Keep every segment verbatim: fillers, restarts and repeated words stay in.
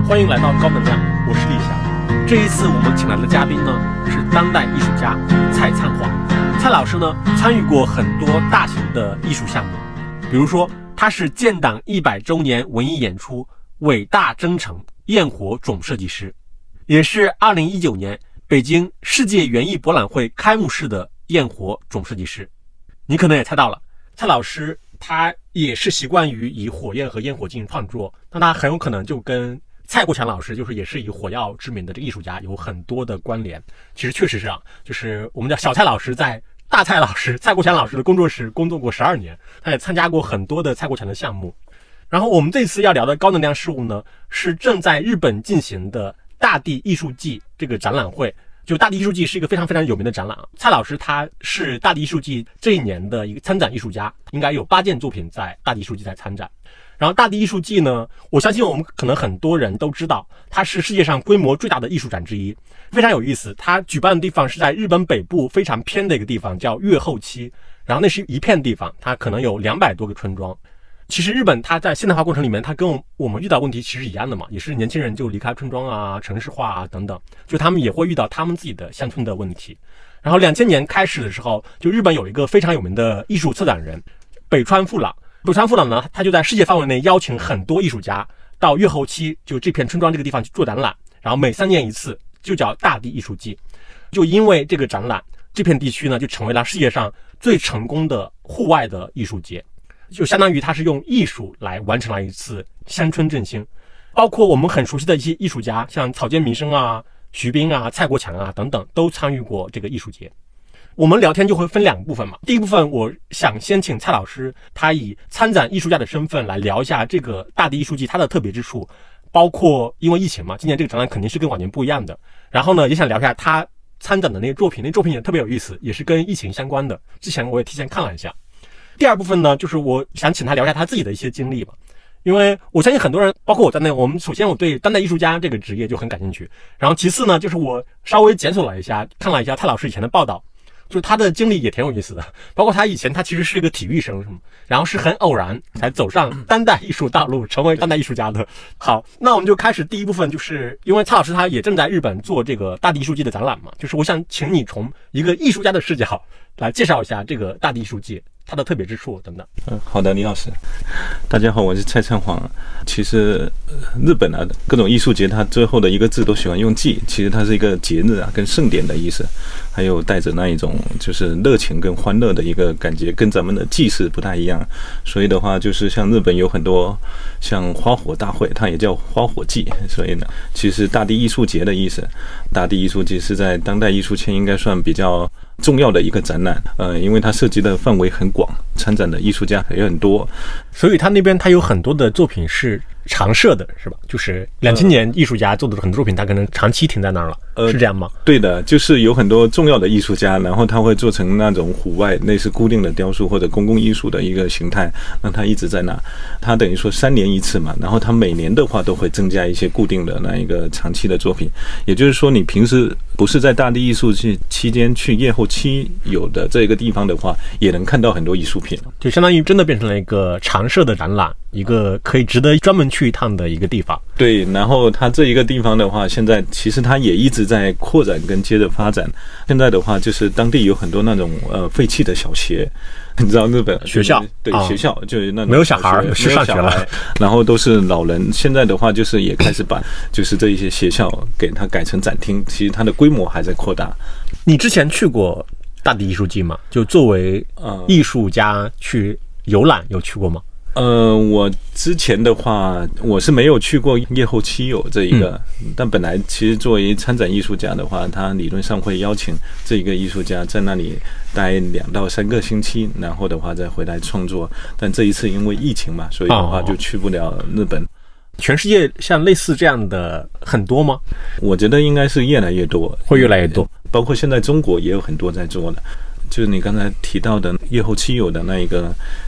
欢迎来到高能量，我是李翔。这一次我们请来的嘉宾呢是当代艺术家蔡灿煌。蔡老师呢参与过很多大型的艺术项目，比如说他是建党一百周年文艺演出《伟大征程》焰火总设计师，也是二零一九年北京世界园艺博览会开幕式的焰火总设计师。你可能也猜到了，蔡老师他也是习惯于以火焰和烟火进行创作，那他很有可能就跟蔡国强老师，就是也是以火药知名的这个艺术家有很多的关联。其实确实是啊，就是我们的小蔡老师在大蔡老师蔡国强老师的工作室工作过十二年，他也参加过很多的蔡国强的项目。然后我们这次要聊的高能量事物呢，是正在日本进行的大地艺术季这个展览会。就大地艺术季是一个非常非常有名的展览啊，蔡老师他是大地艺术季这一年的一个参展艺术家，应该有八件作品在大地艺术季在参展。然后大地艺术季呢，我相信我们可能很多人都知道，它是世界上规模最大的艺术展之一，非常有意思。它举办的地方是在日本北部非常偏的一个地方，叫越后期。然后那是一片地方，它可能有两百多个村庄。其实日本它在现代化过程里面，它跟我们遇到问题其实一样的嘛，也是年轻人就离开村庄啊、城市化啊等等，就他们也会遇到他们自己的乡村的问题。然后两千年开始的时候，就日本有一个非常有名的艺术策展人北川富朗。北川富朗呢，他就在世界范围内邀请很多艺术家到越后期，就这片村庄这个地方去做展览，然后每三年一次，就叫大地艺术季。就因为这个展览，这片地区呢就成为了世界上最成功的户外的艺术节。就相当于他是用艺术来完成了一次乡村振兴，包括我们很熟悉的一些艺术家，像草间弥生啊、徐冰啊、蔡国强啊等等，都参与过这个艺术节。我们聊天就会分两个部分嘛，第一部分我想先请蔡老师，他以参展艺术家的身份来聊一下这个大地艺术季它的特别之处，包括因为疫情嘛，今年这个展览肯定是跟往年不一样的。然后呢，也想聊一下他参展的那些作品，那作品也特别有意思，也是跟疫情相关的。之前我也提前看了一下。第二部分呢，就是我想请他聊一下他自己的一些经历吧，因为我相信很多人，包括我在内，我们首先我对当代艺术家这个职业就很感兴趣，然后其次呢，就是我稍微检索了一下，看了一下蔡老师以前的报道，就是他的经历也挺有意思的，包括他以前他其实是一个体育生，是吗？然后是很偶然才走上当代艺术道路，成为当代艺术家的。好，那我们就开始第一部分，就是因为蔡老师他也正在日本做这个大地艺术季的展览嘛，就是我想请你从一个艺术家的视角来介绍一下这个大地艺术季它的特别之处等等。 嗯，好的，李老师，大家好，我是蔡灿煌。其实日本啊，各种艺术节它最后的一个字都喜欢用祭，其实它是一个节日啊，跟盛典的意思，还有带着那一种就是热情跟欢乐的一个感觉，跟咱们的祭祀不太一样。所以的话，就是像日本有很多像花火大会，它也叫花火祭。所以呢，其实大地艺术节的意思，大地艺术节是在当代艺术圈应该算比较重要的一个展览，呃，因为它涉及的范围很广，参展的艺术家也很多， 所以他那边他有很多的作品是常设的，是吧？就是两千年艺术家做的很多作品，他可能长期停在那儿了，呃，是这样吗？ 对的，就是有很多重要的艺术家，然后他会做成那种户外类似固定的雕塑或者公共艺术的一个形态，让他一直在那。他等于说三年一次嘛，然后他每年的话都会增加一些固定的那一个长期的作品。也就是说，你平时不是在大地艺术季期间去夜后期有的这个地方的话，也能看到很多艺术品， 就相当于真的变成了一个常设的展览，一个可以值得专门去一趟的一个地方。 对，然后它这一个地方的话，现在其实它也一直在扩展跟接着发展。现在的话，就是当地有很多那种呃废弃的小学。你知道日本学校对、哦、学校就是那种没有小孩是上学了， 然后都是老人。现在的话就是也开始把就是这一些学校给它改成展厅，其实它的规模还在扩大。 你之前去过大地艺术季吗？就作为艺术家去游览，有去过吗？ 呃，我之前的话，我是没有去过夜后期有这一个、嗯，但本来其实作为参展艺术家的话，他理论上会邀请这一个艺术家在那里待两到三个星期，然后的话再回来创作。但这一次因为疫情嘛，所以的话就去不了日本。哦， 全世界像类似这样的很多吗？ 我觉得应该是越来越多， 会越来越多。 包括现在中国也有很多在做的。就是你刚才提到的夜后期有的那一个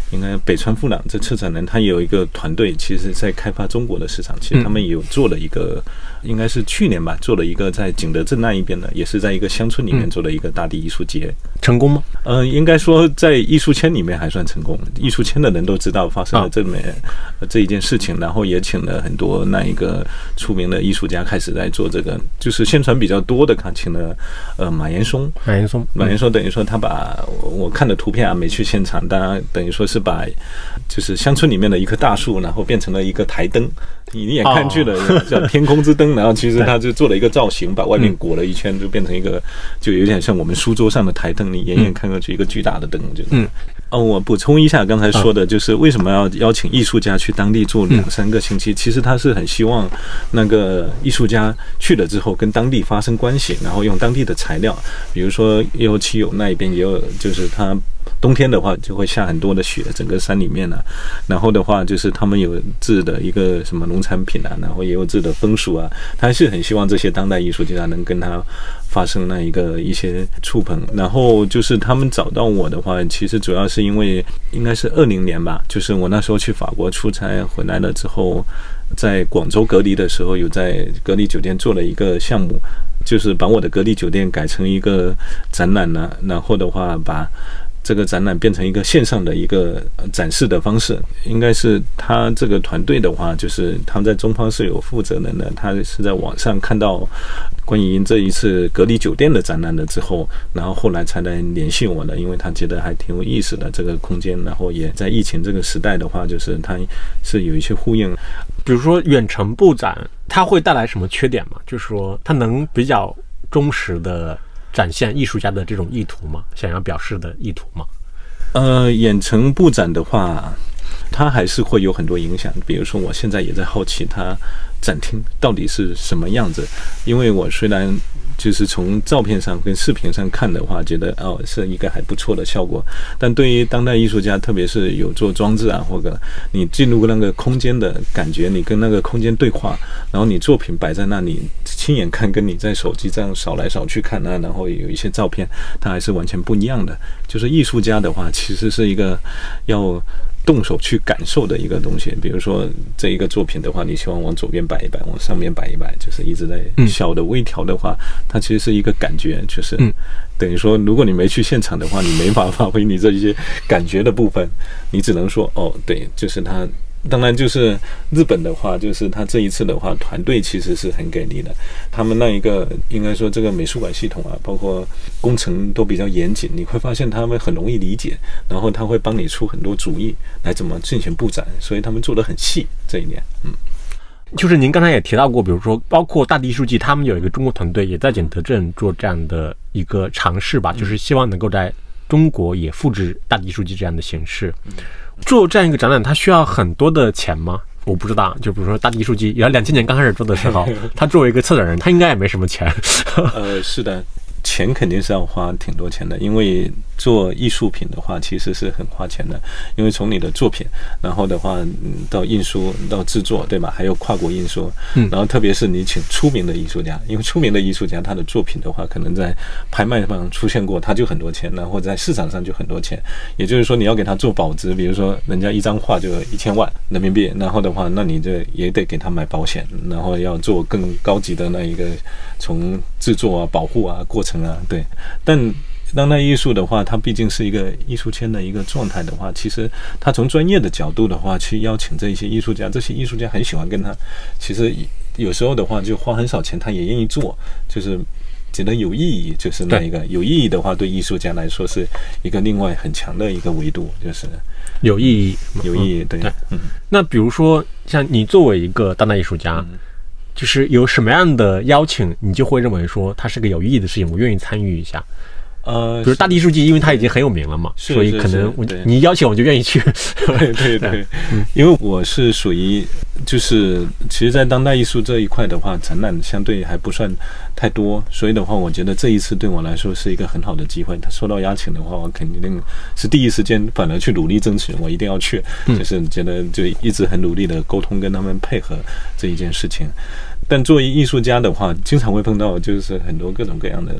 应该北川富朗这策展人，他也有一个团队，其实在开发中国的市场。其实他们也有做了一个，应该是去年吧，做了一个在景德镇那一边的，也是在一个乡村里面做了一个大地艺术节。 成功吗？ 呃，应该说在艺术圈里面还算成功，艺术圈的人都知道发生了这么、啊、这一件事情，然后也请了很多那一个出名的艺术家开始在做这个，就是宣传比较多的，看请了呃马岩松， 马岩松， 马岩松等于说他把我看的图片啊没去现场，当然等于说是把就是乡村里面的一棵大树，然后变成了一个台灯。你一眼看去了，哦、叫天空之灯，然后其实他就做了一个造型，把外面裹了一圈，就变成一个，就有点像我们书桌上的台灯，你远远看过去一个巨大的灯，就是。嗯。哦，我补充一下刚才说的，就是为什么要邀请艺术家去当地做两三个星期？其实他是很希望那个艺术家去了之后跟当地发生关系，然后用当地的材料，比如说也有七友那一边也有，就是他冬天的话就会下很多的雪，整个山里面呢、啊，然后的话就是他们有自的一个什么农产品啊，然后也有自的风俗啊，他是很希望这些当代艺术家能跟他发生那一个一些触碰。然后就是他们找到我的话，其实主要是因为应该是二零年吧，就是我那时候去法国出差回来了之后，在广州隔离的时候，有在隔离酒店做了一个项目，就是把我的隔离酒店改成一个展览呢，然后的话把这个展览变成一个线上的一个展示的方式。应该是他这个团队的话，就是他们在中方是有负责人的，他是在网上看到关于这一次隔离酒店的展览了之后，然后后来才来联系我的，因为他觉得还挺有意思的这个空间，然后也在疫情这个时代的话，就是他是有一些呼应。 比如说远程布展，它会带来什么缺点吗？就是说它能比较忠实的展现艺术家的这种意图吗？想要表示的意图吗？ 呃，远程布展的话，它还是会有很多影响。比如说，我现在也在好奇它展厅到底是什么样子，因为我虽然就是从照片上跟视频上看的话，觉得哦是一个还不错的效果，但对于当代艺术家，特别是有做装置啊，或者你进入那个空间的感觉，你跟那个空间对话，然后你作品摆在那里亲眼看，跟你在手机这样扫来扫去看啊，然后有一些照片，它还是完全不一样的。就是艺术家的话，其实是一个要动手去感受的一个东西。比如说这一个作品的话，你希望往左边摆一摆，往上面摆一摆，就是一直在小的微调的话，它其实是一个感觉，就是等于说如果你没去现场的话，你没法发挥你这一些感觉的部分，你只能说哦对，就是它。当然就是日本的话，就是他这一次的话，团队其实是很给力的，他们那一个应该说这个美术馆系统啊，包括工程都比较严谨，你会发现他们很容易理解，然后他会帮你出很多主意来怎么进行布展，所以他们做得很细这一点。嗯， 就是您刚才也提到过，比如说包括大地艺术季，他们有一个中国团队也在景德镇做这样的一个尝试吧，就是希望能够在中国也复制大地艺术季这样的形式。做这样一个展览，它需要很多的钱吗？我不知道，就比如说大地艺术季，原来两千年刚开始做的时候，他作为一个策展人，他应该也没什么钱。 呃，是的。钱肯定是要花挺多钱的，因为做艺术品的话其实是很花钱的，因为从你的作品，然后的话到印书到制作，对吧？还有跨国印书，然后特别是你请出名的艺术家，因为出名的艺术家他的作品的话可能在拍卖上出现过，他就很多钱，然后在市场上就很多钱，也就是说你要给他做保值，比如说人家一张画就一千万人民币，然后的话那你就也得给他买保险，然后要做更高级的那一个从制作啊保护啊过程啊，对。但当代艺术的话，它毕竟是一个艺术圈的一个状态的话，其实它从专业的角度的话去邀请这些艺术家，这些艺术家很喜欢跟他，其实有时候的话就花很少钱他也愿意做，就是觉得有意义，就是那一个有意义的话，对艺术家来说是一个另外很强的一个维度，就是有意义， 有意义，对。 嗯，那比如说像你作为一个当代艺术家，嗯，就是有什么样的邀请，你就会认为说它是个有意义的事情，我愿意参与一下。呃，比如大地艺术季，因为它已经很有名了嘛，所以可能我你邀请我就愿意去。 对对对，因为我是属于就是其实，在当代艺术这一块的话，展览相对还不算太多，所以的话，我觉得这一次对我来说是一个很好的机会。他收到邀请的话，我肯定是第一时间反而去努力争取，我一定要去，就是觉得就一直很努力的沟通跟他们配合这一件事情。但作为艺术家的话，经常会碰到就是很多各种各样的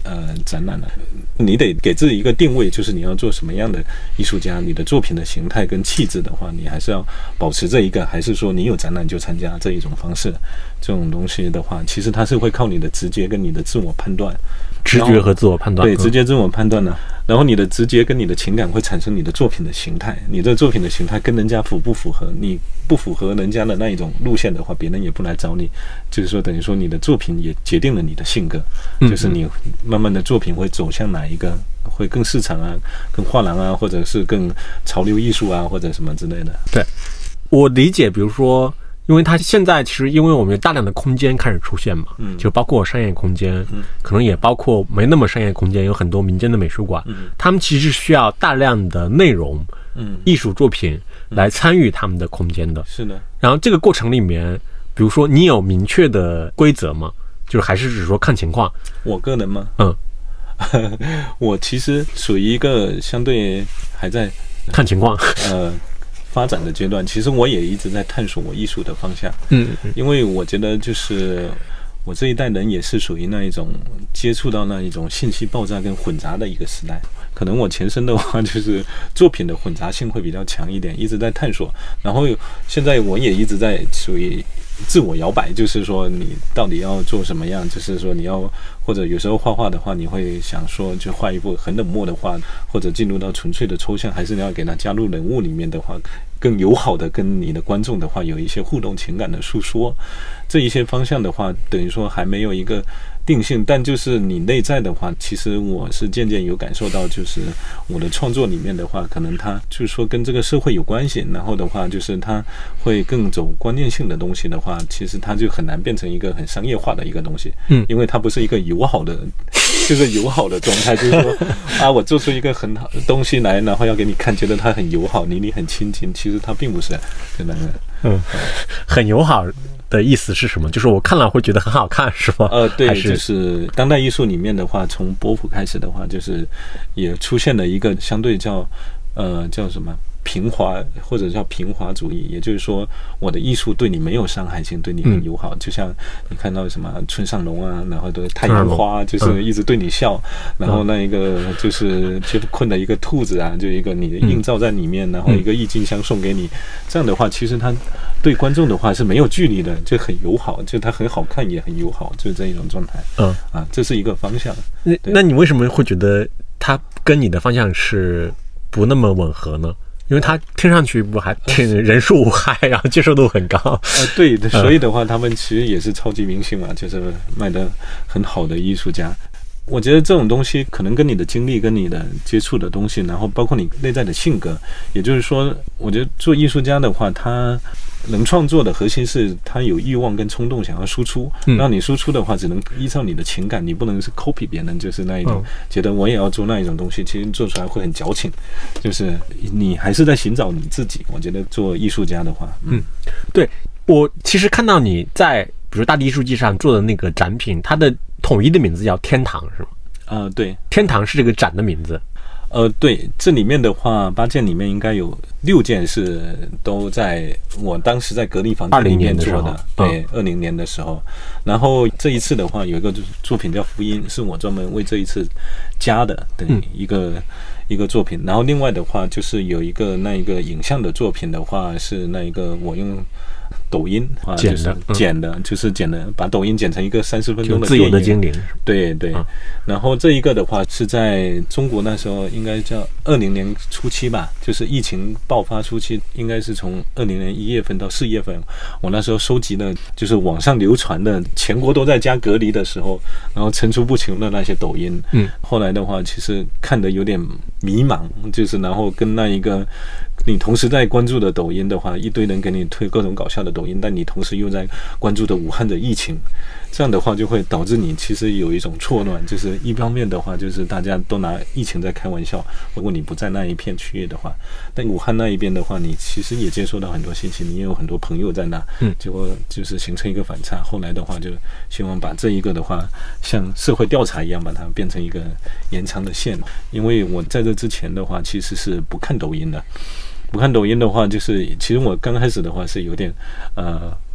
呃展览了。你得给自己一个定位，就是你要做什么样的艺术家，你的作品的形态跟气质的话，你还是要保持这一个，还是说你有展览就参加这一种方式？这种东西的话，其实它是会靠你的直觉跟你的自我判断。 直觉和自我判断， 对，直觉自我判断呢，然后你的直觉跟你的情感会产生你的作品的形态，你这作品的形态跟人家符不符合，你不符合人家的那一种路线的话，别人也不来找你，就是说等于说你的作品也决定了你的性格，就是你慢慢的作品会走向哪一个，会更市场啊，更画廊啊，或者是更潮流艺术啊，或者什么之类的。 对，我理解，比如说因为它现在其实因为我们有大量的空间开始出现嘛，嗯，就包括商业空间，嗯，可能也包括没那么商业空间，有很多民间的美术馆，嗯，他们其实需要大量的内容，嗯，艺术作品来参与他们的空间的， 是的。 然后这个过程里面，比如说你有明确的规则吗？就是还是只是说看情况？ 我个人吗？ 嗯， 我其实属于一个相对还在看情况， 呃。发展的阶段，其实我也一直在探索我艺术的方向。嗯，因为我觉得就是我这一代人也是属于那一种接触到那一种信息爆炸跟混杂的一个时代。可能我前身的话就是作品的混杂性会比较强一点，一直在探索。然后现在我也一直在属于自我摇摆，就是说你到底要做什么样，就是说你要或者有时候画画的话，你会想说就画一幅很冷漠的画，或者进入到纯粹的抽象，还是你要给它加入人物里面的话，更友好的跟你的观众的话有一些互动情感的诉说。这一些方向的话，等于说还没有一个定性，但就是你内在的话，其实我是渐渐有感受到，就是我的创作里面的话，可能它就是说跟这个社会有关系，然后的话就是它会更走观念性的东西的话，其实它就很难变成一个很商业化的一个东西，嗯，因为它不是一个友好的，就是友好的状态，就是说啊，我做出一个很好的东西来，然后要给你看，觉得它很友好，离你很亲近，其实它并不是，就那个， 嗯，很友好。的意思是什么？就是我看了会觉得很好看，是吧？ 呃，对，就是当代艺术里面的话，从波普开始的话，就是也出现了一个相对叫呃叫什么平滑或者叫平滑主义，也就是说我的艺术对你没有伤害性，对你很友好，嗯，就像你看到什么村上隆啊，然后的太阳花就是一直对你笑，嗯，然后那一个就是杰夫困的一个兔子啊，就一个你映照在里面，然后一个郁金香送给你，这样的话其实它对观众的话是没有距离的，就很友好，就它很好看也很友好，就是这一种状态。嗯啊，这是一个方向。 那那你为什么会觉得它跟你的方向是不那么吻合呢？因为它听上去不还挺人畜无害，然后接受度很高。 呃，对，所以的话，他们其实也是超级明星嘛，就是卖得很好的艺术家。我觉得这种东西可能跟你的经历、跟你的接触的东西，然后包括你内在的性格，也就是说，我觉得做艺术家的话，他能创作的核心是他有欲望跟冲动想要输出，嗯，让你输出的话只能依照你的情感，你不能是 copy 别人，就是那一种，嗯，觉得我也要做那一种东西，其实做出来会很矫情，就是你还是在寻找你自己。我觉得做艺术家的话，嗯，嗯对，我其实看到你在比如大地艺术季上做的那个展品，它的统一的名字叫天堂是吗？ 啊，呃，对， 天堂是这个展的名字。 呃，对，这里面的话，八件里面应该有六件是都在我当时在隔离房间里面做的，对，二零年的时候。然后这一次的话，有一个作品叫《福音》，是我专门为这一次加的，对，一个、嗯、一个作品。然后另外的话，就是有一个那一个影像的作品的话，是那一个我用抖音啊，就是剪的，就是剪的，把抖音剪成一个三十分钟的自由的精灵。 对对、啊。然后这一个的话是在中国那时候应该叫二零年初期吧，就是疫情爆发初期，应该是从二零年一月份到四月份，我那时候收集的就是网上流传的全国都在家隔离的时候，然后层出不穷的那些抖音。嗯。后来的话，其实看得有点迷茫，就是然后跟那一个你同时在关注的抖音的话，一堆人给你推各种搞笑的抖音，但你同时又在关注的武汉的疫情，这样的话就会导致你其实有一种错乱，就是一方面的话就是大家都拿疫情在开玩笑，如果你不在那一片区域的话，但武汉那一边的话，你其实也接收到很多信息，你也有很多朋友在那，嗯，结果就是形成一个反差。后来的话就希望把这一个的话像社会调查一样把它变成一个延长的线，因为我在这之前的话其实是不看抖音的。不看抖音的话，就是其实我刚开始的话是有点呃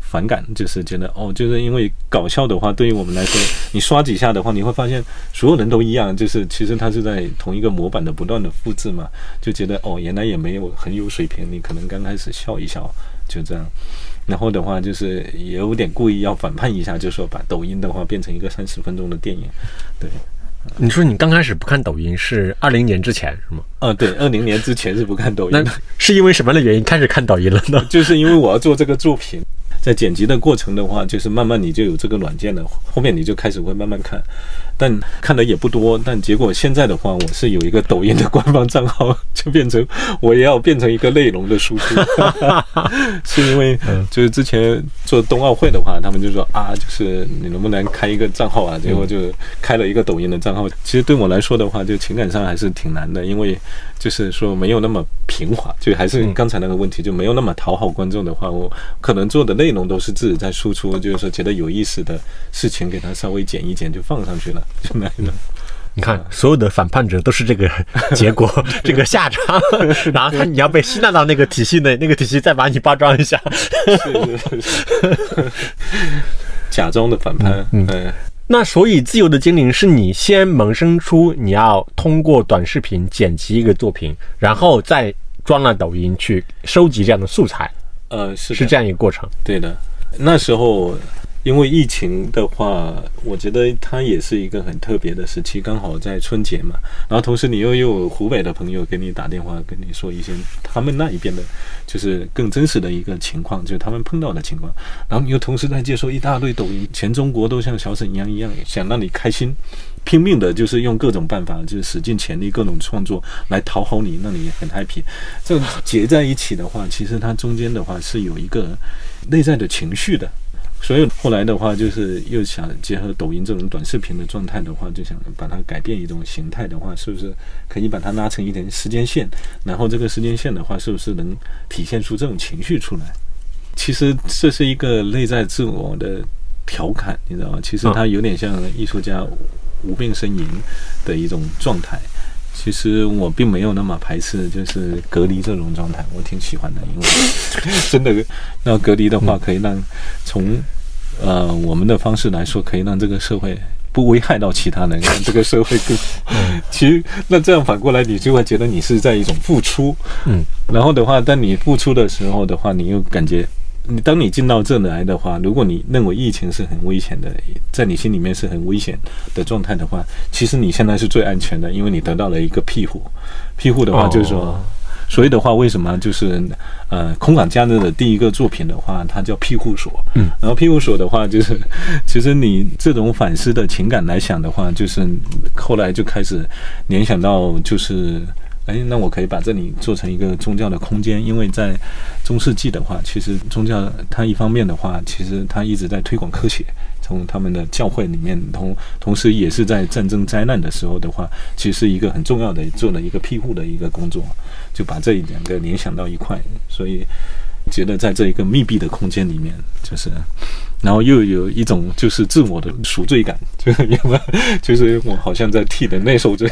反感，就是觉得哦，就是因为搞笑的话，对于我们来说，你刷几下的话，你会发现所有人都一样，就是其实它是在同一个模板的不断的复制嘛，就觉得哦，原来也没有很有水平，你可能刚开始笑一笑，就这样。然后的话，就是也有点故意要反叛一下，就说把抖音的话变成一个三十分钟的电影，对。 你说你刚开始不看抖音是二零年之前是吗？ 啊，对，二零年之前是不看抖音的。 那是因为什么样的原因开始看抖音了呢？ 就是因为我要做这个作品，在剪辑的过程的话，就是慢慢你就有这个软件了，后面你就开始会慢慢看，但看的也不多。但结果现在的话，我是有一个抖音的官方账号，就变成我也要变成一个内容的输出，是因为就是之前做冬奥会的话，他们就说啊，就是你能不能开一个账号啊？结果就开了一个抖音的账号。其实对我来说的话，就情感上还是挺难的，因为就是说没有那么平滑，就还是刚才那个问题，就没有那么讨好观众的话，我可能做的内容都是自己在输出，就是说觉得有意思的事情给它稍微剪一剪就放上去了，就那样。 你看，所有的反叛者都是这个结果，这个下场，然后他你要被吸纳到那个体系内，那个体系再把你包装一下， 是是是，假装的反叛。嗯。嗯， 那所以自由的精灵是你先萌生出你要通过短视频剪辑一个作品，然后再装了抖音去收集这样的素材。 呃，是是这样一个过程。 对的，那时候因为疫情的话，我觉得它也是一个很特别的时期，刚好在春节嘛。然后同时你又有湖北的朋友给你打电话，跟你说一些他们那一边的，就是更真实的一个情况，就是他们碰到的情况。然后你又同时在接受一大堆抖音，全中国都像小沈阳一样，想让你开心，拼命的就是用各种办法，就是使尽全力各种创作来讨好你，让你很 happy。这种结在一起的话，其实它中间的话是有一个内在的情绪的。所以后来的话，就是又想结合抖音这种短视频的状态的话，就想把它改变一种形态的话，是不是可以把它拉成一点时间线？然后这个时间线的话，是不是能体现出这种情绪出来？其实这是一个内在自我的调侃，你知道吗？其实它有点像艺术家无病呻吟的一种状态。其实我并没有那么排斥，就是隔离这种状态，我挺喜欢的，因为真的，那隔离的话，可以让从呃我们的方式来说，可以让这个社会不危害到其他人，让这个社会更。其实那这样反过来，你就会觉得你是在一种付出，嗯，然后的话，当你付出的时候的话，你又感觉。你当你进到这来的话，如果你认为疫情是很危险的，在你心里面是很危险的状态的话，其实你现在是最安全的，因为你得到了一个庇护。庇护的话就是说，哦、所以的话为什么就是呃空港假日的第一个作品的话，它叫庇护所。嗯，然后庇护所的话就是，其实你这种反思的情感来想的话，就是后来就开始联想到就是。哎，那我可以把这里做成一个宗教的空间，因为在中世纪的话，其实宗教它一方面的话，其实它一直在推广科学，从他们的教会里面，同同时也是在战争灾难的时候的话，其实是一个很重要的做了一个庇护的一个工作，就把这两个联想到一块，所以觉得在这一个密闭的空间里面，就是。然后又有一种就是自我的赎罪感，就是因为就是我好像在替人类受罪，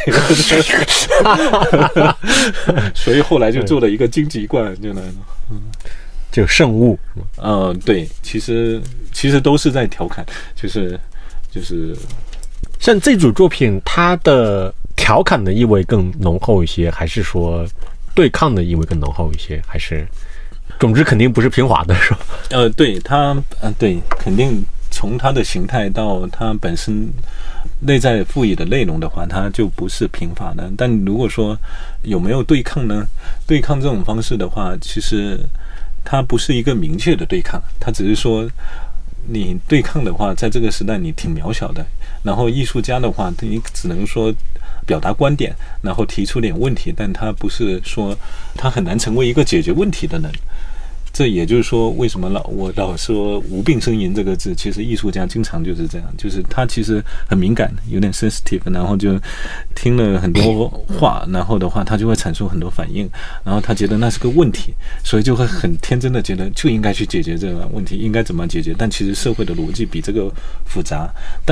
所以后来就做了一个荆棘罐，就那种，嗯， 就圣物， 呃，对，其实其实都是在调侃，就是就是像这组作品，它的调侃的意味更浓厚一些，还是说对抗的意味更浓厚一些，还是？总之肯定不是平滑的，是吧？ 呃，对它，呃，对，肯定从它的形态到它本身内在赋予的内容的话，它就不是平滑的。但如果说有没有对抗呢？对抗这种方式的话，其实它不是一个明确的对抗，它只是说你对抗的话，在这个时代你挺渺小的。然后艺术家的话，你只能说。表达观点，然后提出点问题，但他不是说他很难成为一个解决问题的人。这也就是说，为什么老我老说无病呻吟这个字，其实艺术家经常就是这样，就是他其实很敏感，有点 sensitive， 然后就听了很多话，然后的话他就会产生很多反应，然后他觉得那是个问题，所以就会很天真的觉得就应该去解决这个问题，应该怎么解决？但其实社会的逻辑比这个复杂，但。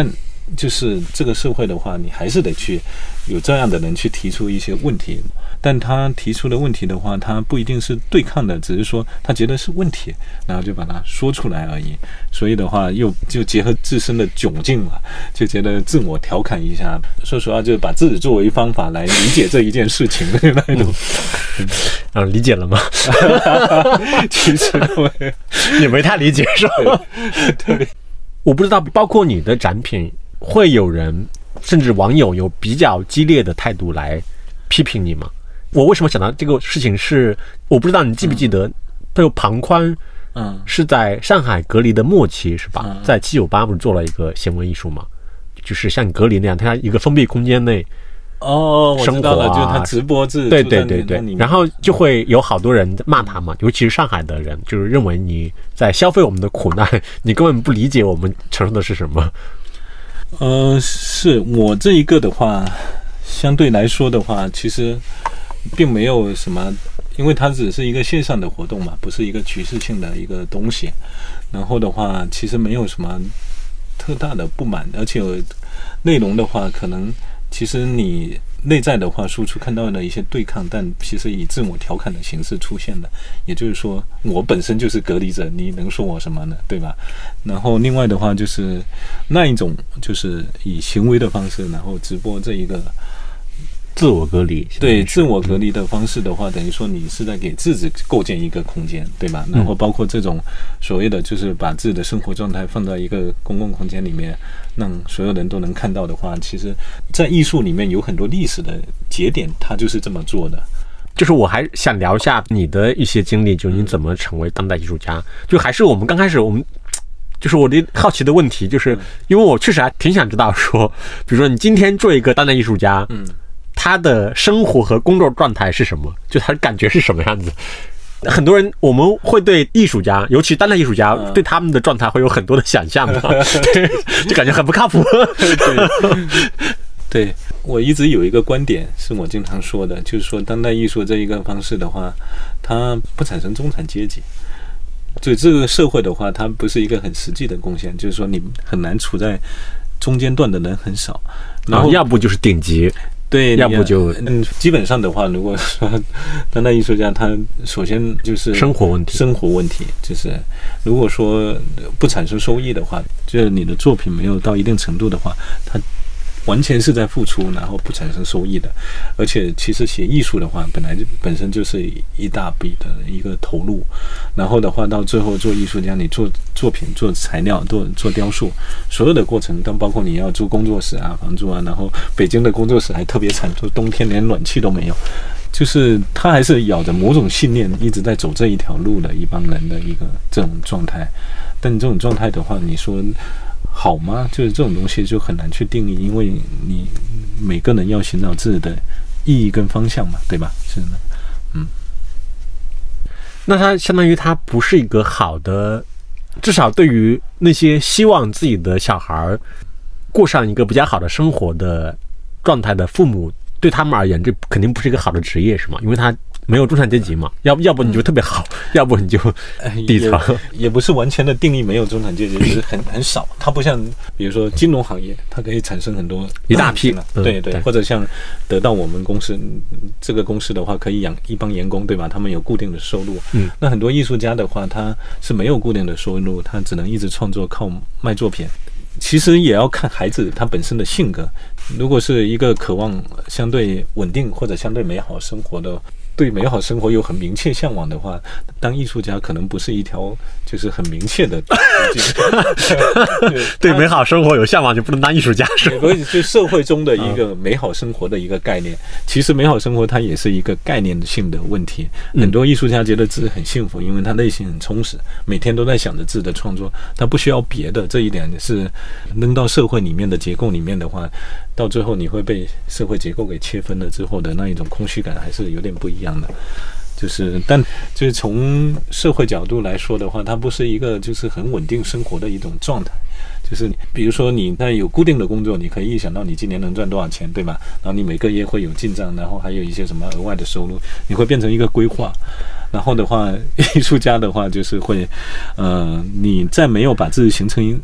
就是这个社会的话，你还是得去有这样的人去提出一些问题，但他提出的问题的话，他不一定是对抗的，只是说他觉得是问题，然后就把它说出来而已。所以的话，又就结合自身的窘境嘛，就觉得自我调侃一下。说实话，就把自己作为方法来理解这一件事情的那种。 啊，理解了吗？ 其实我也没太理解，是吧？ 对，对我不知道，包括你的展品，会有人甚至网友有比较激烈的态度来批评你吗？我为什么想到这个事情是，我不知道你记不记得，他有庞宽，嗯，是在上海隔离的末期是吧？嗯、在七九八不是做了一个行为艺术嘛，就是像隔离那样，他一个封闭空间内。 哦，我知道了，就是他直播制， 对对对对，然后就会有好多人骂他嘛，尤其是上海的人，就是认为你在消费我们的苦难，你根本不理解我们承受的是什么。 呃，是我这一个的话，相对来说的话，其实并没有什么，因为它只是一个线上的活动嘛，不是一个局势性的一个东西。然后的话，其实没有什么特大的不满，而且内容的话，可能。其实你内在的话输出看到了一些对抗，但其实以自我调侃的形式出现的，也就是说我本身就是隔离者，你能说我什么呢，对吧？然后另外的话就是那一种就是以行为的方式，然后直播这一个自我隔离， 对自我隔离的方式的话，等于说你是在给自己构建一个空间，对吧？然后包括这种所谓的就是把自己的生活状态放在一个公共空间里面，让所有人都能看到的话，其实在艺术里面有很多历史的节点，它就是这么做的。 就是我还想聊一下你的一些经历，就你怎么成为当代艺术家？就还是我们刚开始我们。就是我的好奇的问题，就是因为我确实还挺想知道说，比如说你今天做一个当代艺术家，嗯，他的生活和工作状态是什么？就他的感觉是什么样子？很多人我们会对艺术家，尤其当代艺术家，嗯、对他们的状态会有很多的想象嘛，就感觉很不靠谱。 对，对我一直有一个观点是我经常说的，就是说当代艺术这一个方式的话，它不产生中产阶级。对这个社会的话，它不是一个很实际的贡献，就是说你很难处在中间段的人很少， 然后、啊、要不就是顶级， 对， 要不就嗯，基本上的话，如果说当代艺术家，他首先就是生活问题， 生活问题就是如果说不产生收益的话，就是你的作品没有到一定程度的话，他完全是在付出，然后不产生收益的。而且其实写艺术的话，本来就本身就是一大笔的一个投入，然后的话到最后做艺术家，你做作品、做材料、做做雕塑，所有的过程，当包括你要租工作室啊、房租啊，然后北京的工作室还特别惨，就冬天连暖气都没有。就是他还是咬着某种信念一直在走这一条路的一帮人的一个这种状态。但这种状态的话，你说好吗？就是这种东西就很难去定义，因为你每个人要寻找自己的意义跟方向嘛，对吧？是的，嗯。 那它相当于它不是一个好的，至少对于那些希望自己的小孩过上一个比较好的生活的状态的父母，对他们而言，这肯定不是一个好的职业，是吗？因为他没有中产阶级嘛，要不要不你就特别好，嗯、要不你就低层、 呃也。也不是完全的定义没有中产阶级，只是很很少。它不像比如说金融行业，它可以产生很多一大批， 嗯、对对，或者像得到我们公司这个公司的话，可以养一帮员工，对吧？他们有固定的收入。嗯，那很多艺术家的话，他是没有固定的收入，他只能一直创作，靠卖作品。其实也要看孩子他本身的性格。如果是一个渴望相对稳定或者相对美好生活的，对美好生活有很明确向往的话，当艺术家可能不是一条就是很明确的对, 对美好生活有向往就不能当艺术家，是吧？ 就社会中的一个美好生活的一个概念。其实美好生活它也是一个概念性的问题。很多艺术家觉得自己很幸福，因为他内心很充实，每天都在想着自己的创作，他不需要别的。这一点是扔到社会里面的结构里面的话，到最后你会被社会结构给切分了之后的那一种空虚感还是有点不一样的。就是但就是从社会角度来说的话，它不是一个就是很稳定生活的一种状态。就是比如说你在有固定的工作，你可以预想到你今年能赚多少钱，对吧？然后你每个月会有进账，然后还有一些什么额外的收入，你会变成一个规划。然后的话，艺术家的话就是会呃你在没有把自己形成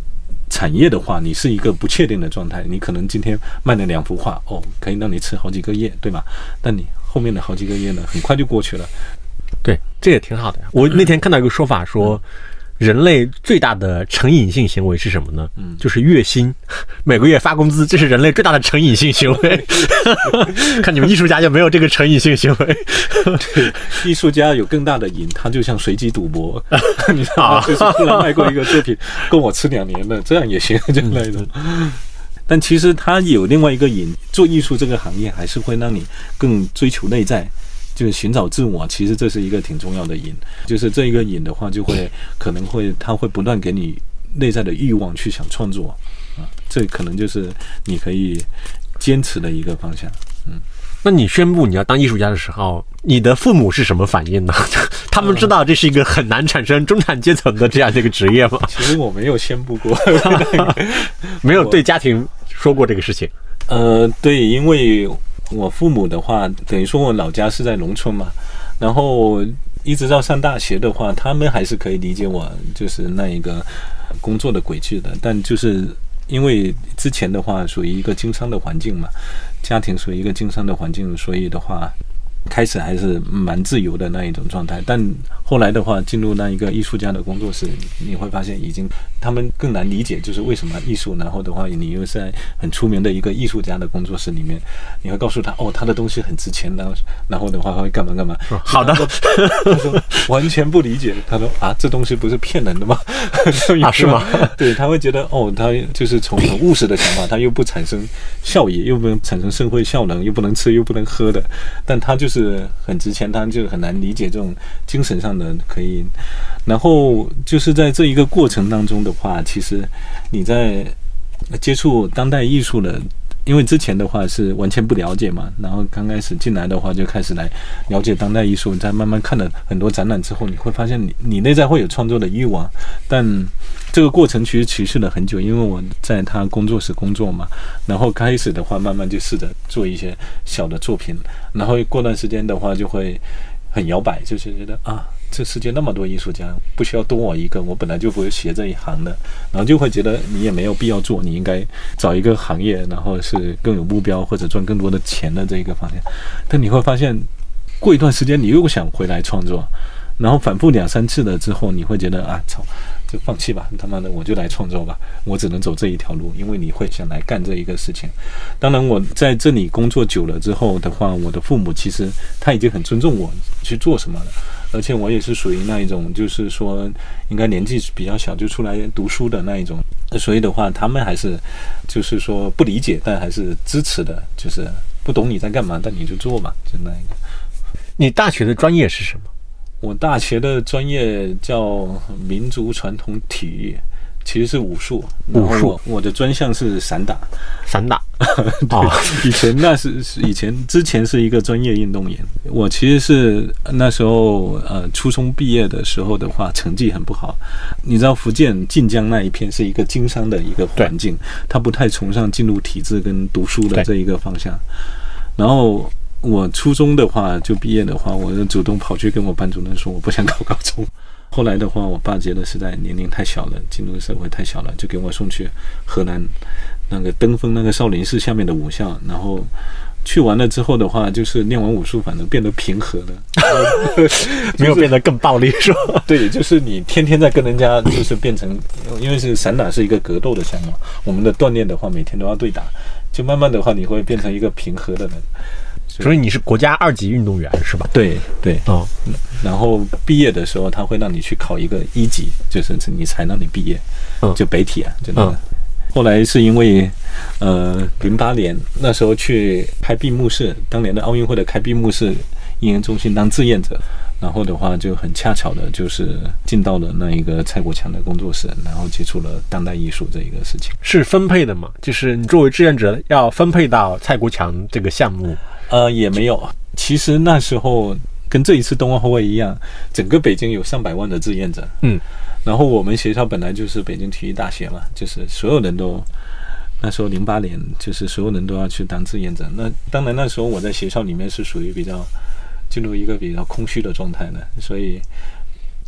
产业的话，你是一个不确定的状态，你可能今天卖了两幅画，哦，可以让你吃好几个月，对吧？但你后面的好几个月呢，很快就过去了。 对，这也挺好的呀。我那天看到一个说法说，嗯人类最大的成瘾性行为是什么呢？嗯，就是月薪，每个月发工资，这是人类最大的成瘾性行为。看你们艺术家就没有这个成瘾性行为。 对，艺术家有更大的瘾，他就像随机赌博，你知道吗？就是突然卖过一个作品，够我吃两年的，这样也行，就那种。但其实他有另外一个瘾，做艺术这个行业还是会让你更追求内在。就是寻找自我，其实这是一个挺重要的瘾。就是这一个瘾的话，就会可能会它会不断给你内在的欲望去想创作啊，这可能就是你可以坚持的一个方向。嗯， 那你宣布你要当艺术家的时候，你的父母是什么反应呢？他们知道这是一个很难产生中产阶层的这样的一个职业吗？ 其实我没有宣布过， 没有对家庭说过这个事情。 呃，对，因为我父母的话，等于说我老家是在农村嘛，然后一直到上大学的话，他们还是可以理解我就是那一个工作的轨迹的，但就是因为之前的话属于一个经商的环境嘛，家庭属于一个经商的环境，所以的话开始还是蛮自由的那一种状态，但后来的话进入那一个艺术家的工作室，你会发现已经他们更难理解就是为什么艺术，然后的话你又是在很出名的一个艺术家的工作室里面，你会告诉他哦他的东西很值钱，然后然后的话会干嘛干嘛。 好的， 他说完全不理解，他说啊这东西不是骗人的吗？ 啊是吗？ 对，他会觉得哦他就是从很务实的想法，他又不产生效益，又不能产生社会效能，又不能吃又不能喝的，但他就是很值钱，他就很难理解这种精神上的可以。然后就是在这一个过程当中的话，其实你在接触当代艺术的，因为之前的话是完全不了解嘛，然后刚开始进来的话就开始来了解当代艺术，在慢慢看了很多展览之后，你会发现你你内在会有创作的欲望，但这个过程其实持续了很久，因为我在他工作室工作嘛，然后开始的话慢慢就试着做一些小的作品，然后过段时间的话就会很摇摆，就是觉得啊这世界那么多艺术家，不需要多我一个，我本来就不会学这一行的，然后就会觉得你也没有必要做，你应该找一个行业，然后是更有目标或者赚更多的钱的这一个方向。但你会发现过一段时间你又想回来创作，然后反复两三次了之后，你会觉得啊操，就放弃吧，他妈的我就来创作吧，我只能走这一条路，因为你会想来干这一个事情。当然我在这里工作久了之后的话，我的父母其实他已经很尊重我去做什么了，而且我也是属于那一种就是说应该年纪比较小就出来读书的那一种，所以的话他们还是就是说不理解但还是支持的，就是不懂你在干嘛但你就做嘛，就那一个。 你大学的专业是什么？ 我大学的专业叫民族传统体育，其实是武术。 武术， 我的专项是散打。 散打。 对，以前那是以前之前是一个专业运动员。我其实是那时候呃初中毕业的时候的话，成绩很不好。你知道福建晋江那一片是一个经商的一个环境，他不太崇尚进入体制跟读书的这一个方向。然后我初中的话就毕业的话，我就主动跑去跟我班主任说我不想考高中。后来的话我爸觉得实在年龄太小了，进入社会太小了，就给我送去河南那个登封那个少林寺下面的武校，然后去完了之后的话，就是练完武术反正变得平和了， 没有变得更暴力是吧？ 对，就是你天天在跟人家就是变成，因为是散打是一个格斗的项目，我们的锻炼的话每天都要对打，就慢慢的话你会变成一个平和的人。 所以你是国家二级运动员是吧？ 对对哦， 然后毕业的时候他会让你去考一个一级，就是你才让你毕业，嗯，就北体啊，就那个。嗯，后来是因为呃零八年那时候去开闭幕式，当年的奥运会的开闭幕式应援中心当志愿者，然后的话就很恰巧的就是进到了那一个蔡国强的工作室，然后接触了当代艺术这一个事情。 是分配的吗？就是你作为志愿者要分配到蔡国强这个项目？ 呃，也没有。其实那时候跟这一次冬奥会一样，整个北京有上百万的志愿者。嗯，然后我们学校本来就是北京体育大学嘛，就是所有人都那时候零八年，就是所有人都要去当志愿者。那当然那时候我在学校里面是属于比较进入一个比较空虚的状态的，所以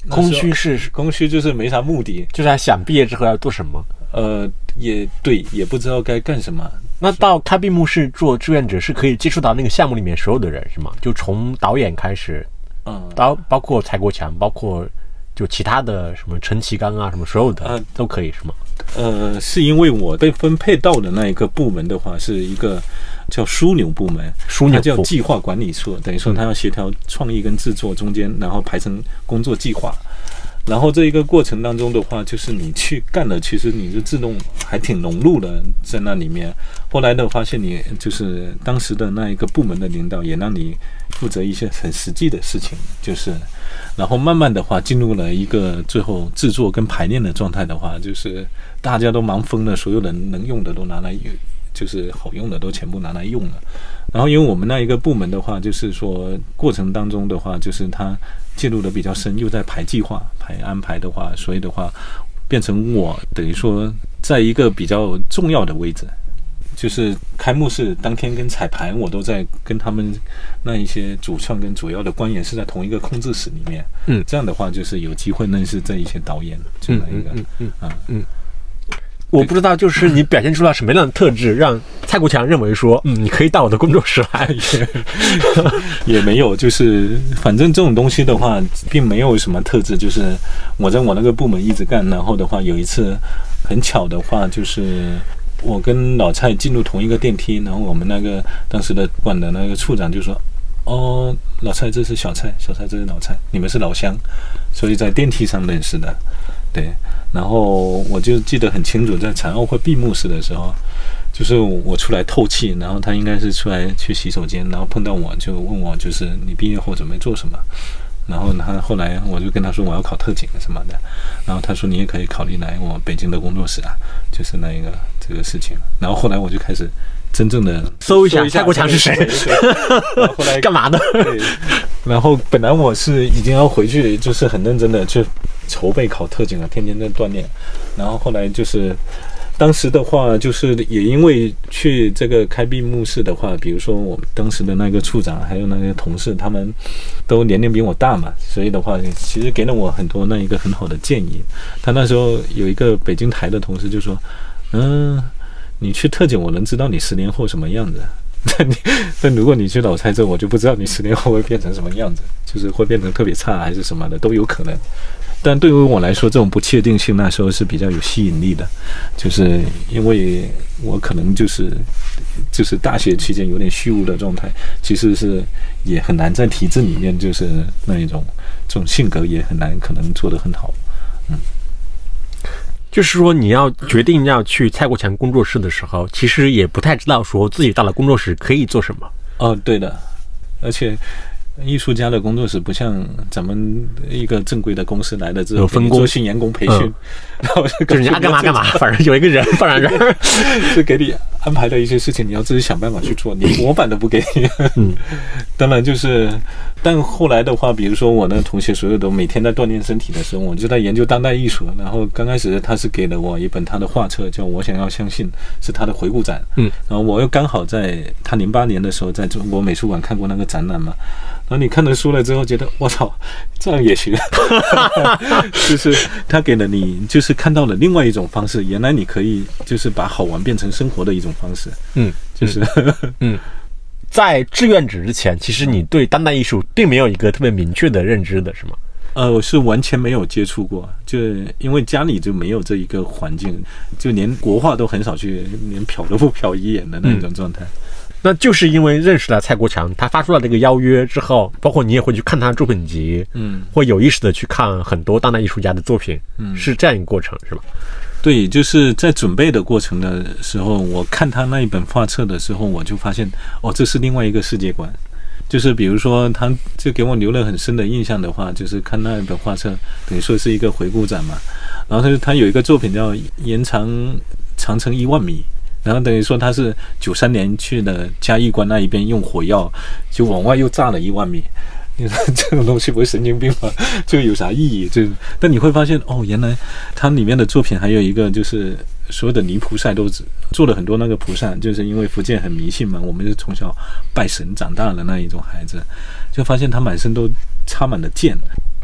空虚是空虚，就是没啥目的， 就是还想毕业之后要做什么。 呃，也对，也不知道该干什么。 那到开闭幕式做志愿者是可以接触到那个项目里面所有的人是吗？就从导演开始，嗯，包包括蔡国强，包括就其他的什么陈其刚啊，什么所有的、呃、都可以是吗？ 呃，是因为我被分配到的那一个部门的话，是一个叫枢纽部门， 枢纽它叫计划管理处，等于说它要协调创意跟制作中间，然后排成工作计划。然后这一个过程当中的话，就是你去干了，其实你就自动还挺融入的在那里面。后来的发现，你就是当时的那一个部门的领导也让你负责一些很实际的事情，就是然后慢慢的话进入了一个最后制作跟排练的状态的话，就是大家都忙疯了，所有人能用的都拿来用，就是好用的都全部拿来用了。然后因为我们那一个部门的话，就是说过程当中的话，就是他介入的比较深，又在排计划排安排的话，所以的话变成我等于说在一个比较重要的位置，就是开幕式当天跟彩排我都在跟他们那一些主创跟主要的官员是在同一个控制室里面。嗯，这样的话就是有机会认识这一些导演这样一个嗯嗯嗯嗯。 我不知道，就是你表现出了什么样的特质，让蔡国强认为说，嗯，你可以到我的工作室来。 也没有，就是反正这种东西的话，并没有什么特质。就是我在我那个部门一直干，然后的话，有一次很巧的话，就是我跟老蔡进入同一个电梯，然后我们那个当时的管的那个处长就说：“哦，老蔡这是小蔡，小蔡这是老蔡，你们是老乡，所以在电梯上认识的。”对，然后我就记得很清楚，在残奥会闭幕式的时候，就是我出来透气，然后他应该是出来去洗手间，然后碰到我就问我，就是你毕业后准备做什么？然后他后来我就跟他说我要考特警什么的，然后他说你也可以考虑来我北京的工作室啊，就是那一个这个事情。然后后来我就开始真正的搜一下蔡国强是谁， 然后后来干嘛的？ 对，然后本来我是已经要回去，就是很认真的去筹备考特警了，天天在锻炼。然后后来就是当时的话，就是也因为去这个开闭幕式的话，比如说我们当时的那个处长还有那个同事，他们都年龄比我大嘛，所以的话其实给了我很多那一个很好的建议。他那时候有一个北京台的同事就说，嗯，你去特警我能知道你十年后什么样子，但你但如果你去老蔡这，我就不知道你十年后会变成什么样子，就是会变成特别差还是什么的都有可能。但对于我来说，这种不确定性那时候是比较有吸引力的，就是因为我可能就是就是大学期间有点虚无的状态，其实是也很难在体制里面，就是那一种这种性格也很难可能做得很好。嗯， 就是说你要决定要去蔡国强工作室的时候，其实也不太知道说自己到了工作室可以做什么。 哦，对的，而且艺术家的工作室不像咱们一个正规的公司来了之后有分工， 做新员工培训，嗯、然后就是你爱干嘛干嘛，反正有一个人放在这儿， 是给你安排的一些事情，你要自己想办法去做，你模板都不给你。嗯，当然就是，但后来的话，比如说我那同学所有都每天在锻炼身体的时候，我就在研究当代艺术。然后刚开始他是给了我一本他的画册，叫《我想要相信》，是他的回顾展。嗯，然后我又刚好在他零八年的时候在中国美术馆看过那个展览嘛。然后你看了书了之后，觉得我操，这样也行，就是他给了你，就是看到了另外一种方式。原来你可以就是把好玩变成生活的一种方式。嗯，就是嗯，在志愿者之前，其实你对当代艺术并没有一个特别明确的认知的，是吗？ 呃，我是完全没有接触过，就因为家里就没有这一个环境，就连国画都很少去，连瞟都不瞟一眼的那种状态。嗯， 那就是因为认识了蔡国强，他发出了这个邀约之后，包括你也会去看他的作品集，嗯，会有意识的去看很多当代艺术家的作品，嗯，是这样一个过程，是吧？ 对，就是在准备的过程的时候，我看他那一本画册的时候，我就发现，哦，这是另外一个世界观。就是比如说，他就给我留了很深的印象的话，就是看那一本画册，等于说是一个回顾展嘛。然后他他有一个作品叫《延长长城一万米》。然后等于说他是九三年去的嘉峪关那一边，用火药就往外又炸了一万米。你说这种东西不是神经病吗？就有啥意义？就但你会发现哦，原来它里面的作品还有一个就是所有的泥菩萨都做了很多那个菩萨，就是因为福建很迷信嘛，我们是从小拜神长大的那一种孩子，就发现他满身都插满了剑。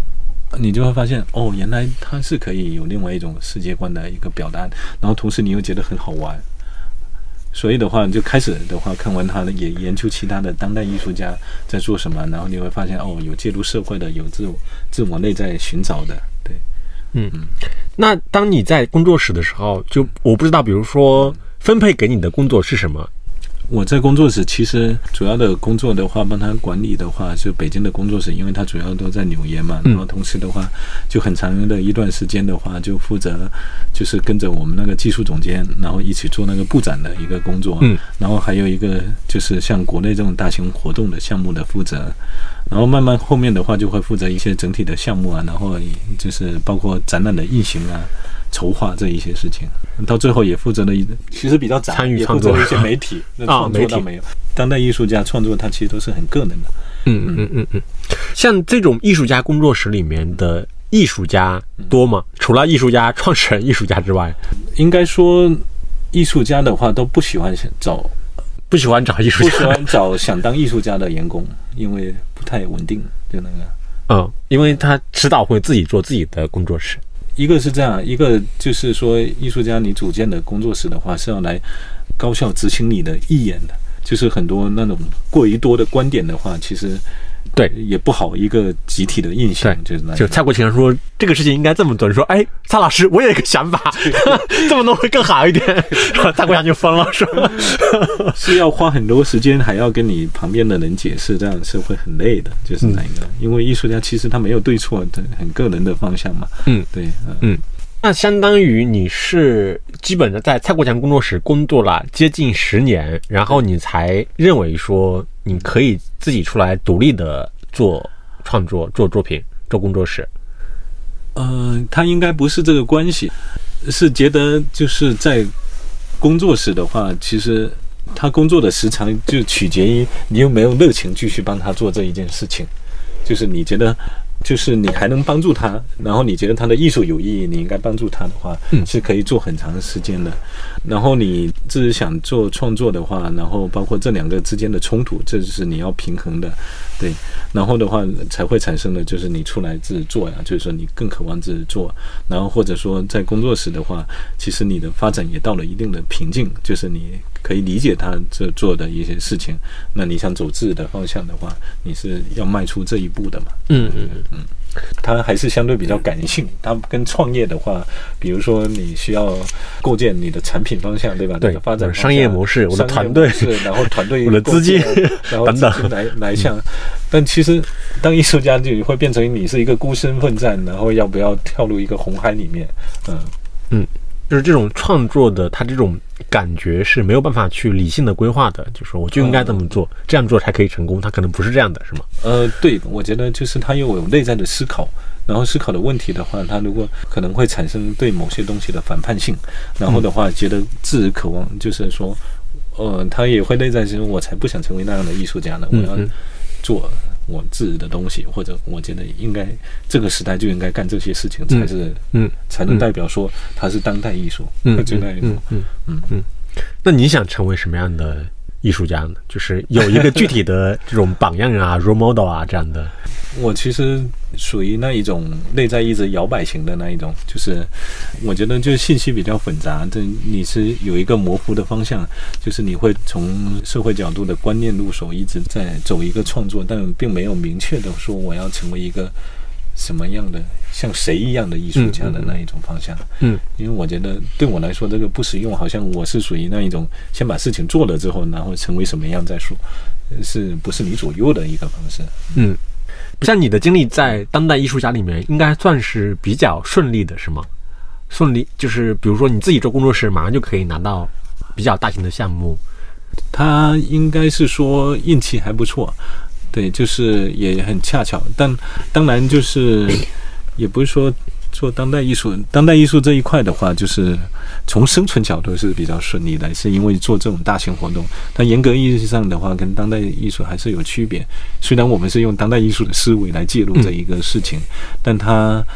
你就会发现哦，原来它是可以有另外一种世界观的一个表达，然后同时你又觉得很好玩。所以的话，就开始的话，看完他也研究其他的当代艺术家在做什么，然后你会发现哦，有介入社会的，有自我自我内在寻找的，对， 嗯嗯。那当你在工作室的时候，就我不知道，比如说分配给你的工作是什么？ 我在工作室其实主要的工作的话，帮他管理的话是北京的工作室，因为他主要都在纽约嘛。然后同时的话，就很长的一段时间的话，就负责就是跟着我们那个技术总监，然后一起做那个布展的一个工作。嗯，然后还有一个就是像国内这种大型活动的项目的负责。然后慢慢后面的话就会负责一些整体的项目啊，然后就是包括展览的运行啊。筹划这一些事情，到最后也负责了一，其实比较杂， 参与创作也负责了一些媒体，那创作倒没有。当代艺术家创作，他其实都是很个人的。 嗯嗯嗯嗯，像这种艺术家工作室里面的艺术家多吗？嗯、除了艺术家、创始人、艺术家之外， 应该说，艺术家的话都不喜欢找， 不喜欢找艺术家， 不喜欢找想当艺术家的员工，因为不太稳定，就那个。 嗯，因为他迟早会自己做自己的工作室。 一个是这样，一个就是说，艺术家你组建的工作室的话，是要来高效执行你的意愿的。就是很多那种过于多的观点的话，其实对也不好一个集体的印象。就是那就蔡国强说这个事情应该这么做，说哎，蔡老师我也有个想法，这么弄会更好一点。然后蔡国强就疯了，说是要花很多时间，还要跟你旁边的人解释，这样是会很累的。就是那个，嗯、因为艺术家其实他没有对错，很个人的方向嘛。嗯，对，嗯。嗯那相当于你是基本的在蔡国强工作室工作了接近十年，然后你才认为说你可以自己出来独立的做创作、做作品、做工作室。 呃，他应该不是这个关系，是觉得就是在工作室的话，其实他工作的时长就取决于你有没有热情继续帮他做这一件事情，就是你觉得。就是你还能帮助他，然后你觉得他的艺术有意义，你应该帮助他的话，嗯，是可以做很长时间的。然后你自己想做创作的话，然后包括这两个之间的冲突，这就是你要平衡的，对。然后的话才会产生的就是你出来自己做呀，就是说你更渴望自己做。然后或者说在工作室的话，其实你的发展也到了一定的瓶颈，就是你可以理解他这做的一些事情，那你想走自己的方向的话，你是要迈出这一步的嘛。嗯嗯嗯。嗯，它还是相对比较感性。它跟创业的话，比如说你需要构建你的产品方向，对吧？ 对， 你的发展商业模式，我的团队， 然后团队我的资金， 然后资金来来向。但其实当艺术家就会变成你是一个孤身奋战，然后要不要跳入一个红海里面？嗯嗯。就是这种创作的，他这种感觉是没有办法去理性的规划的，就是说我就应该这么做，这样做才可以成功，他可能不是这样的，是吗？ 呃，对，我觉得就是他又有内在的思考，然后思考的问题的话，他如果可能会产生对某些东西的反叛性，然后的话觉得自己渴望，就是说，呃，他也会内在说，我才不想成为那样的艺术家呢，我要做我自己的东西，或者我觉得应该这个时代就应该干这些事情，才是嗯，才能代表说它是当代艺术，嗯，就那一种，嗯嗯嗯。那你想成为什么样的艺术家呢？就是有一个具体的这种榜样啊，role model 啊这样的。 我其实属于那一种内在一直摇摆型的那一种，就是我觉得就是信息比较混杂，这你是有一个模糊的方向，就是你会从社会角度的观念入手，一直在走一个创作，但并没有明确的说我要成为一个什么样的像谁一样的艺术家的那一种方向。嗯，因为我觉得对我来说这个不实用，好像我是属于那一种先把事情做了之后，然后成为什么样再说，是不是你左右的一个方式。嗯， 像你的经历在当代艺术家里面应该算是比较顺利的，是吗？顺利就是比如说你自己做工作室，马上就可以拿到比较大型的项目。 他应该是说运气还不错，对，就是也很恰巧，但当然就是也不是说做当代艺术，当代艺术这一块的话，就是从生存角度是比较顺利的，是因为做这种大型活动，但严格意义上的话，跟当代艺术还是有区别。虽然我们是用当代艺术的思维来介入这一个事情，但它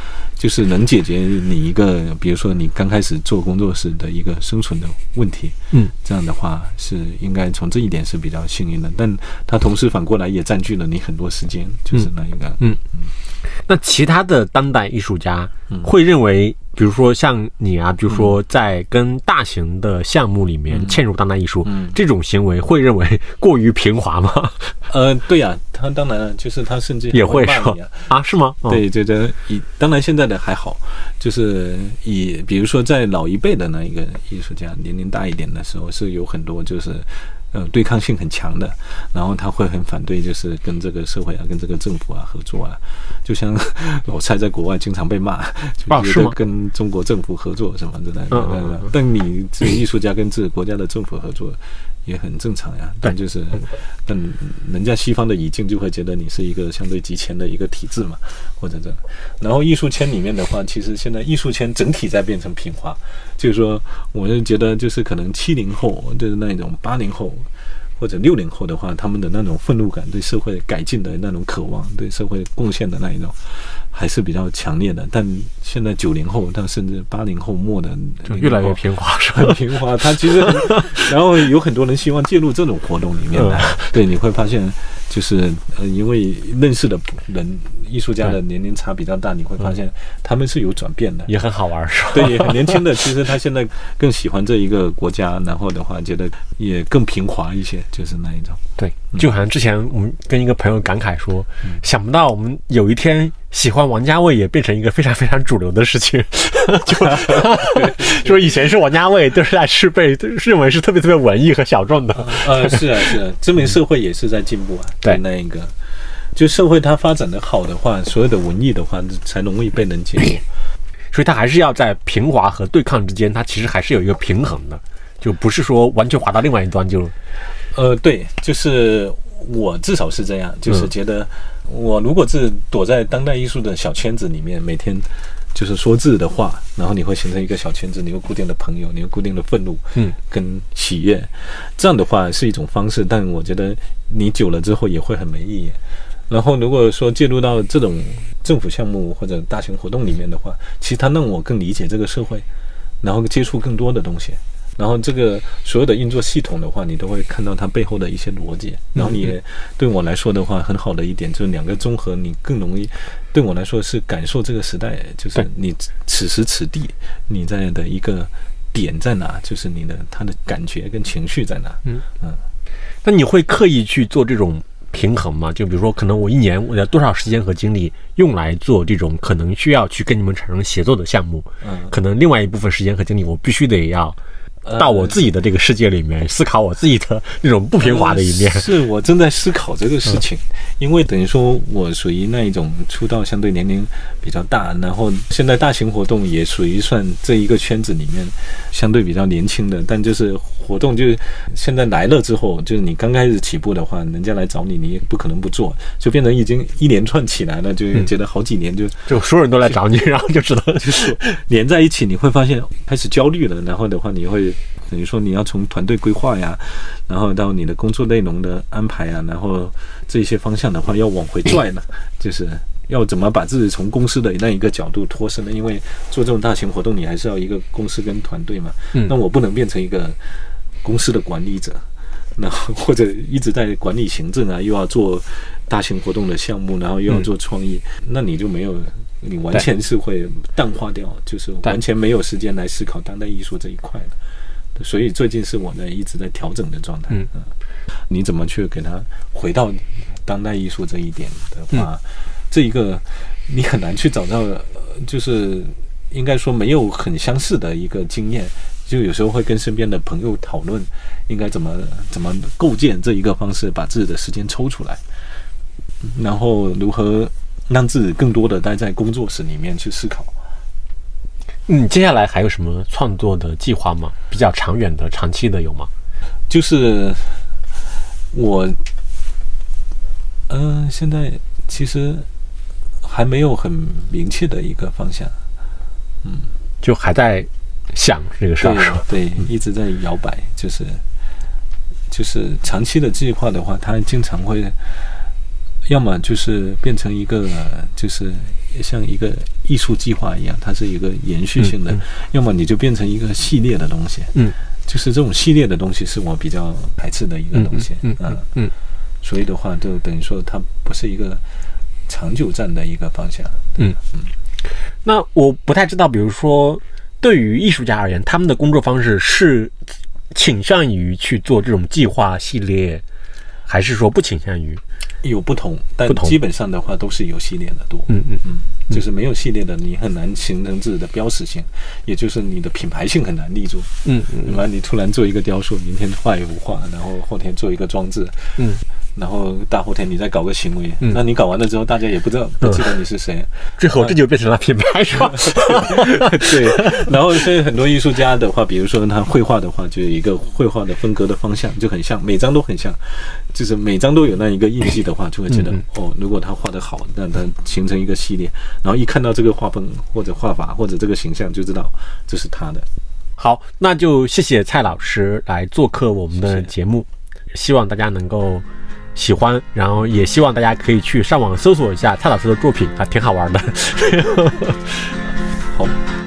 就是能解决你一个，比如说你刚开始做工作室的一个生存的问题。 嗯， 这样的话是应该从这一点是比较幸运的，但它同时反过来也占据了你很多时间，就是那一个。 嗯，嗯那其他的当代艺术家会认为，比如说像你啊，比如说在跟大型的项目里面嵌入当代艺术，嗯、这种行为会认为过于平滑吗？ 呃，对呀、啊，他当然就是他甚至也会说啊，是吗？ 哦、对，对对，以当然现在的还好，就是以比如说在老一辈的那一个艺术家年龄大一点的时候，是有很多就是。呃，对抗性很强的，然后他会很反对，就是跟这个社会啊、跟这个政府啊合作啊。就像老蔡在国外经常被骂，就是跟中国政府合作什么之类的。嗯、但你这个艺术家跟自己国家的政府合作也很正常呀。但就是，但人家西方的语境就会觉得你是一个相对极前的一个体制嘛，或者这样。然后艺术圈里面的话，其实现在艺术圈整体在变成平滑，就是说，我是觉得就是可能七零后就是那种八零后。或者六零后的话，他们的那种愤怒感、对社会改进的那种渴望、对社会贡献的那一种，还是比较强烈的。但现在九零后，到甚至八零后末的， 就越来越平滑，是吧？平滑，他其实，然后有很多人希望介入这种活动里面来。对，你会发现，就是呃，因为认识的人，艺术家的年龄差比较大，你会发现他们是有转变的， 也很好玩，是吧？ 对，也很年轻的，其实他现在更喜欢这一个国家，然后的话，觉得也更平滑一些。就是那一种， 对，就好像之前我们跟一个朋友感慨说，嗯、想不到我们有一天喜欢王家卫也变成一个非常非常主流的事情，就说以前是王家卫，都是在是被认为是特别特别文艺和小众的。 呃，是啊，是啊，证明社会也是在进步啊。 对， 那一个，就社会它发展的好的话，所有的文艺的话才容易被人接受。 所以它还是要在平滑和对抗之间，它其实还是有一个平衡的，就不是说完全滑到另外一端就。 呃，对，就是我至少是这样，就是觉得我如果是躲在当代艺术的小圈子里面，每天就是说自己的话，然后你会形成一个小圈子，你有固定的朋友，你有固定的愤怒，嗯，跟喜悦，这样的话是一种方式，但我觉得你久了之后也会很没意义。然后如果说介入到这种政府项目或者大型活动里面的话，其实它让我更理解这个社会，然后接触更多的东西。然后这个所有的运作系统的话，你都会看到它背后的一些逻辑。然后你也对我来说的话，很好的一点就是两个综合，你更容易对我来说是感受这个时代，就是你此时此地你在的一个点在哪，就是你的他的感觉跟情绪在哪。嗯嗯， 那你会刻意去做这种平衡吗？就比如说，可能我一年我要多少时间和精力用来做这种可能需要去跟你们产生协作的项目，嗯，可能另外一部分时间和精力我必须得要到我自己的这个世界里面思考我自己的那种不平滑的一面。 呃、是我正在思考这个事情，嗯、因为等于说我属于那一种出道相对年龄比较大，然后现在大型活动也属于算这一个圈子里面相对比较年轻的，但就是活动就是现在来了之后，就是你刚开始起步的话，人家来找你，你也不可能不做，就变成已经一连串起来了，就觉得好几年就、嗯、 就所有人都来找你，然后就知道就是连在一起，你会发现开始焦虑了，然后的话你会。等于说你要从团队规划呀，然后到你的工作内容的安排呀，然后这些方向的话要往回拽呢，就是要怎么把自己从公司的那一个角度脱身呢？因为做这种大型活动，你还是要一个公司跟团队嘛。嗯，那我不能变成一个公司的管理者，然后或者一直在管理行政啊，又要做大型活动的项目，然后又要做创意，嗯、那你就没有。你完全是会淡化掉，就是完全没有时间来思考当代艺术这一块的。所以最近是我在一直在调整的状态。嗯，你怎么去给它回到当代艺术这一点的话，嗯、这一个你很难去找到，就是应该说没有很相似的一个经验。就有时候会跟身边的朋友讨论，应该怎么怎么构建这一个方式，把自己的时间抽出来，然后如何让自己更多的待在工作室里面去思考。 你接下来还有什么创作的计划吗？比较长远的、长期的有吗？ 就是我，嗯、呃，现在其实还没有很明确的一个方向，嗯， 就还在想这个事儿， 对，对，一直在摇摆，就是就是长期的计划的话，它经常会。要么就是变成一个就是像一个艺术计划一样，它是一个延续性的，嗯嗯、要么你就变成一个系列的东西。嗯，就是这种系列的东西是我比较排斥的一个东西。嗯嗯 嗯, 嗯，所以的话，就等于说它不是一个长久战的一个方向。嗯嗯。 那我不太知道，比如说对于艺术家而言，他们的工作方式是倾向于去做这种计划系列，还是说不倾向于？ 有不同，但基本上的话都是有系列的多。 嗯嗯嗯， 就是没有系列的，你很难形成自己的标识性，也就是你的品牌性很难立住。嗯嗯，对吧？你突然做一个雕塑，明天画一幅画，然后后天做一个装置。嗯。然后大后天你再搞个行为，嗯、那你搞完了之后，大家也不知道不记得你是谁， 最后这就变成了品牌，是吧？ 对。然后所以很多艺术家的话，比如说他绘画的话，就有一个绘画的风格的方向，就很像，每张都很像，就是每张都有那一个印记的话，就会觉得、嗯、哦，如果他画得好，那他形成一个系列，然后一看到这个画风或者画法或者这个形象，就知道这是他的。 好，那就谢谢蔡老师来做客我们的节目，谢谢，希望大家能够喜欢，然后也希望大家可以去上网搜索一下蔡老师的作品啊，挺好玩的。 好。